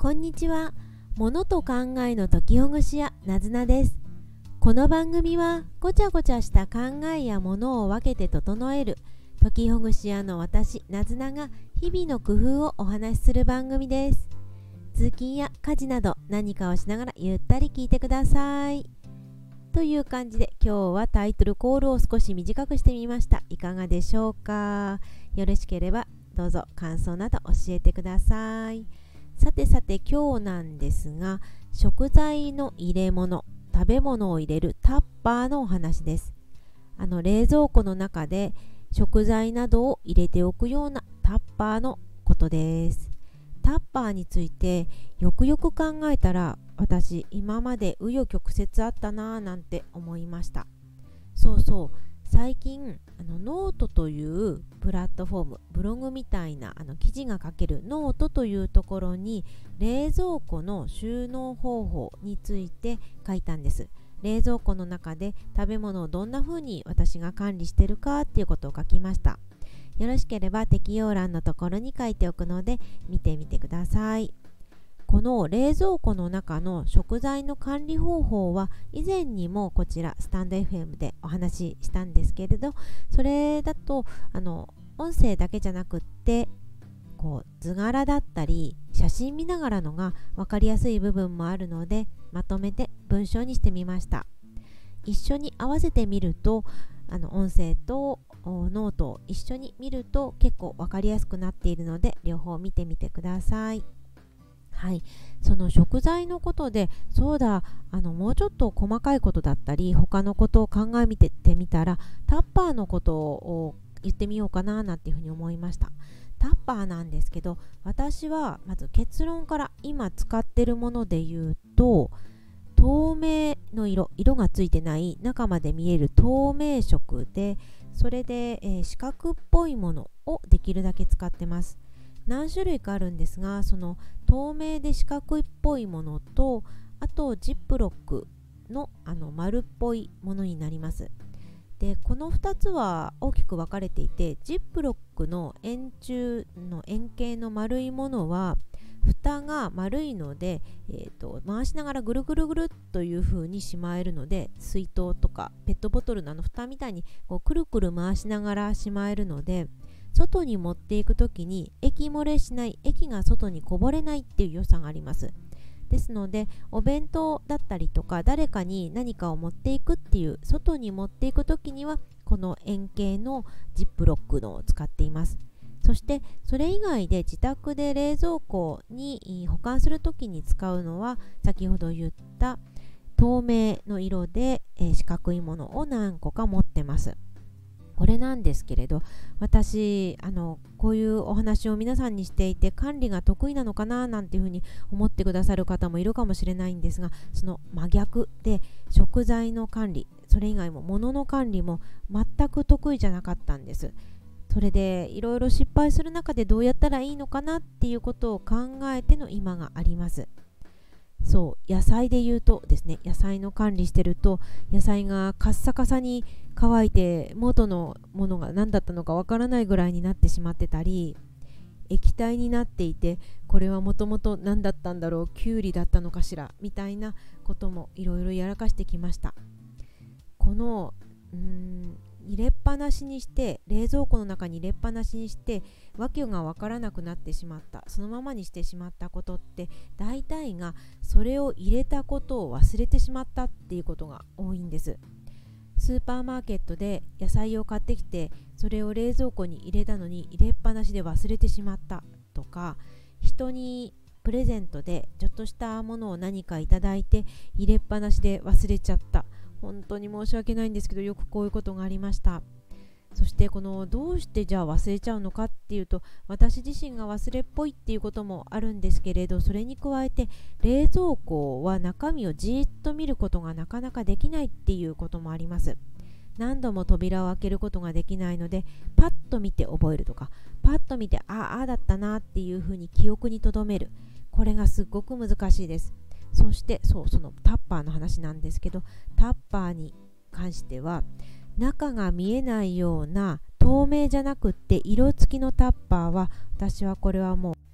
こんにちは。物と考えの解きほぐし屋なずなです。この番組はごちゃごちゃした考えや物を分けて整える解きほぐし屋の私なずなが日々の工夫をお話しする番組です。通勤や家事など何かをしながらゆったり聞いてください。という感じで今日はタイトルコールを少し短くしてみました。いかがでしょうか。よろしければどうぞ感想など教えてください。さて今日なんですが、食材の入れ物、食べ物を入れるタッパーのお話です。冷蔵庫の中で食材などを入れておくようなタッパーのことです。タッパーについてよくよく考えたら、私今まで紆余曲折あったなぁなんて思いました。最近ノートというプラットフォーム、ブログみたいな記事が書けるノートというところに冷蔵庫の収納方法について書いたんです。冷蔵庫の中で食べ物をどんな風に私が管理してるかっていうことを書きました。よろしければ適用欄のところに書いておくので見てみてください。この冷蔵庫の中の食材の管理方法は以前にもこちらスタンド FM でお話ししたんですけれど、それだと音声だけじゃなくって図柄だったり写真見ながらのが分かりやすい部分もあるので、まとめて文章にしてみました。一緒に合わせてみると音声とノートを一緒に見ると結構分かりやすくなっているので、両方見てみてください。その食材のことで、もうちょっと細かいことだったり他のことを考えてみたら、タッパーのことを言ってみようかななんていうふうに思いました。タッパーなんですけど、私はまず結論から今使ってるもので言うと、透明の色がついてない中まで見える透明色で、それで、四角っぽいものをできるだけ使ってます。何種類かあるんですが、その透明で四角いっぽいものと、あとジップロックの丸っぽいものになります。でこの2つは大きく分かれていて、ジップロックの円柱の円形の丸いものは蓋が丸いので、回しながらぐるぐるぐるっという風にしまえるので、水筒とかペットボトルの蓋みたいにくるくる回しながらしまえるので、外に持っていくときに液漏れしない、液が外にこぼれないっていう良さがあります。ですのでお弁当だったりとか誰かに何かを持っていくっていう、外に持っていくときにはこの円形のジップロックのを使っています。そしてそれ以外で自宅で冷蔵庫に保管するときに使うのは、先ほど言った透明の色で四角いものを何個か持ってます。これなんですけれど、私こういうお話を皆さんにしていて管理が得意なのかななんていうふうに思ってくださる方もいるかもしれないんですが、その真逆で、食材の管理、それ以外も物の管理も全く得意じゃなかったんです。それでいろいろ失敗する中でどうやったらいいのかなっていうことを考えての今があります。野菜で言うとですね、野菜の管理してると野菜がカッサカサに乾いて元のものが何だったのかわからないぐらいになってしまってたり、液体になっていて、これはもともと何だったんだろう、キュウリだったのかしらみたいなこともいろいろやらかしてきました。この入れっぱなしにして、冷蔵庫の中に入れっぱなしにして訳がわからなくなってしまった、そのままにしてしまったことって、大体がそれを入れたことを忘れてしまったっていうことが多いんです。スーパーマーケットで野菜を買ってきて、それを冷蔵庫に入れたのに入れっぱなしで忘れてしまったとか、人にプレゼントでちょっとしたものを何かいただいて入れっぱなしで忘れちゃった、本当に申し訳ないんですけど、よくこういうことがありました。そしてどうしてじゃあ忘れちゃうのかっていうと、私自身が忘れっぽいっていうこともあるんですけれど、それに加えて冷蔵庫は中身をじーっと見ることがなかなかできないっていうこともあります。何度も扉を開けることができないので、パッと見て覚えるとか、パッと見てああだったなっていうふうに記憶に留める、これがすっごく難しいです。そしてそのタッパーの話なんですけど、タッパーに関しては中が見えないような透明じゃなくって色付きのタッパーは、私はこれはもう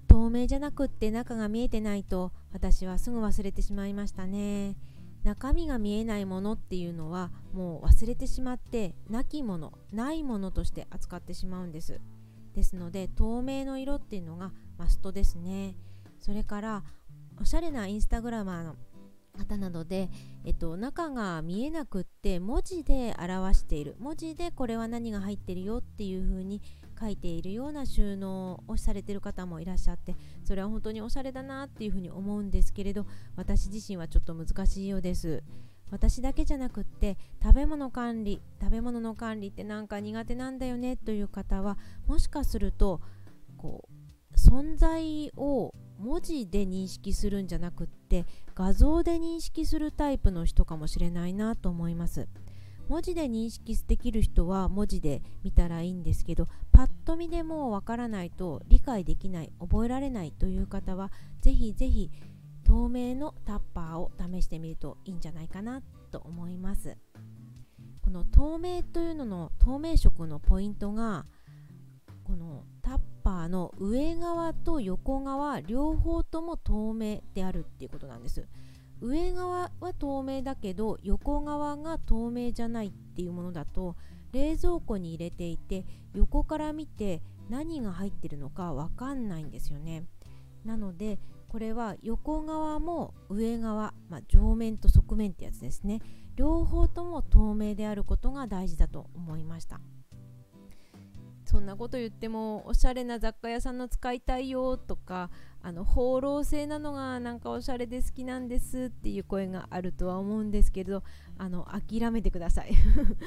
透明じゃなくって中が見えてないと私はすぐ忘れてしまいましたね。中身が見えないものっていうのはもう忘れてしまって、なきもの、ないものとして扱ってしまうんです。ですので透明の色っていうのがマストですね。それからおしゃれなインスタグラマーの方などで、中が見えなくって文字で表している、文字でこれは何が入ってるよっていう風に書いているような収納をされている方もいらっしゃって、それは本当におしゃれだなっていう風に思うんですけれど、私自身はちょっと難しいようです。私だけじゃなくって食べ物の管理ってなんか苦手なんだよねという方は、もしかするとこう存在を文字で認識するんじゃなくって画像で認識するタイプの人かもしれないなと思います。文字で認識できる人は文字で見たらいいんですけど、パッと見でもわからないと理解できない、覚えられないという方はぜひぜひ透明のタッパーを試してみるといいんじゃないかなと思います。この透明というのの透明色のポイントが、このタッパーの上側と横側両方とも透明であるっていうことなんです。上側は透明だけど横側が透明じゃないっていうものだと、冷蔵庫に入れていて横から見て何が入ってるのかわかんないんですよね。なのでこれは横側も上側、上面と側面ってやつですね、両方とも透明であることが大事だと思いました。そんなこと言ってもおしゃれな雑貨屋さんの使いたいよとか、放浪製なのがなんかおしゃれで好きなんですっていう声があるとは思うんですけど、諦めてください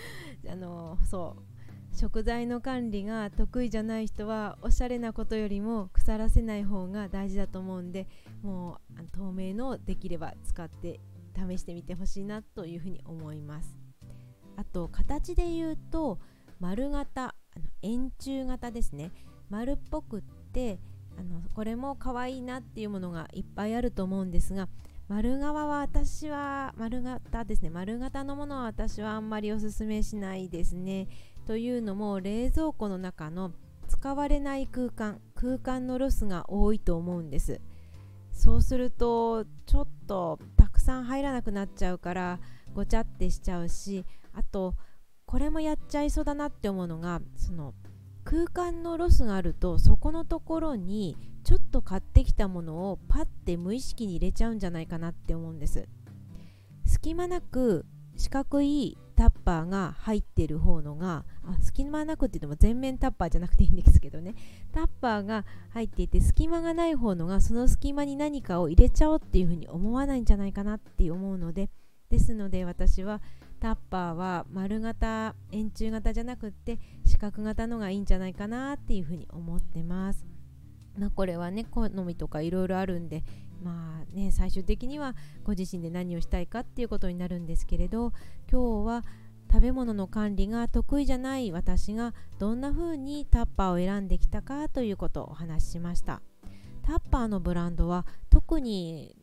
食材の管理が得意じゃない人はおしゃれなことよりも腐らせない方が大事だと思うんで、もう透明のできれば使って試してみてほしいなというふうに思います。あと形で言うと丸型、円柱型ですね。丸っぽくってこれも可愛いなっていうものがいっぱいあると思うんですが、丸型ですね。丸型のものは私はあんまりおすすめしないですね。というのも冷蔵庫の中の使われない空間のロスが多いと思うんです。そうするとちょっとたくさん入らなくなっちゃうからごちゃってしちゃうし、あとこれもやっちゃいそうだなって思うのが、その空間のロスがあるとそこのところにちょっと買ってきたものをパッて無意識に入れちゃうんじゃないかなって思うんです。隙間なく四角いタッパーが入ってる方のが、隙間なくって言っても全面タッパーじゃなくていいんですけどね、タッパーが入っていて隙間がない方のがその隙間に何かを入れちゃおうっていうふうに思わないんじゃないかなって思うので、ですので私はタッパーは丸型、円柱型じゃなくって四角型のがいいんじゃないかなっていうふうに思ってます。これはね好みとかいろいろあるんで、最終的にはご自身で何をしたいかっていうことになるんですけれど、今日は食べ物の管理が得意じゃない私がどんな風にタッパーを選んできたかということをお話ししました。タッパーのブランドは特に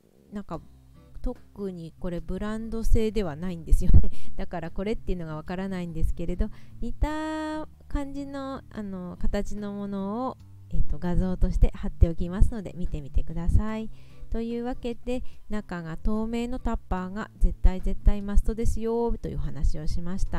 これブランド製ではないんですよね。だからこれっていうのがわからないんですけれど、似た感じの形のものを画像として貼っておきますので見てみてください。というわけで中が透明のタッパーが絶対マストですよという話をしました。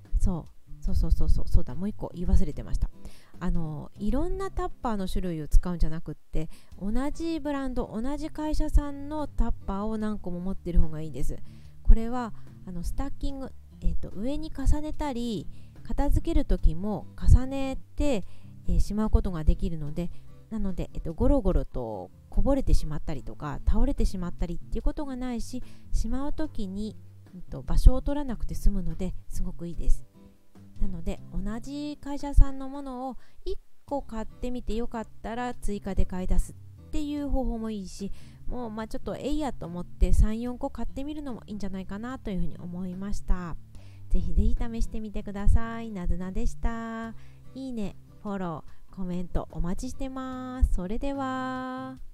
そうだ、もう一個言い忘れてました。いろんなタッパーの種類を使うんじゃなくって、同じブランド、同じ会社さんのタッパーを何個も持ってる方がいいです。これはスタッキング、上に重ねたり片付ける時も重ねて、しまうことができるので、なので、ゴロゴロとこぼれてしまったりとか倒れてしまったりっていうことがないし、しまう時に、場所を取らなくて済むのですごくいいです。なので同じ会社さんのものを1個買ってみてよかったら追加で買い出すっていう方法もいいし、もうちょっとえいやと思って 3,4 個買ってみるのもいいんじゃないかなというふうに思いました。ぜひ試してみてください。なずなでした。いいね、フォロー、コメントお待ちしてます。それでは。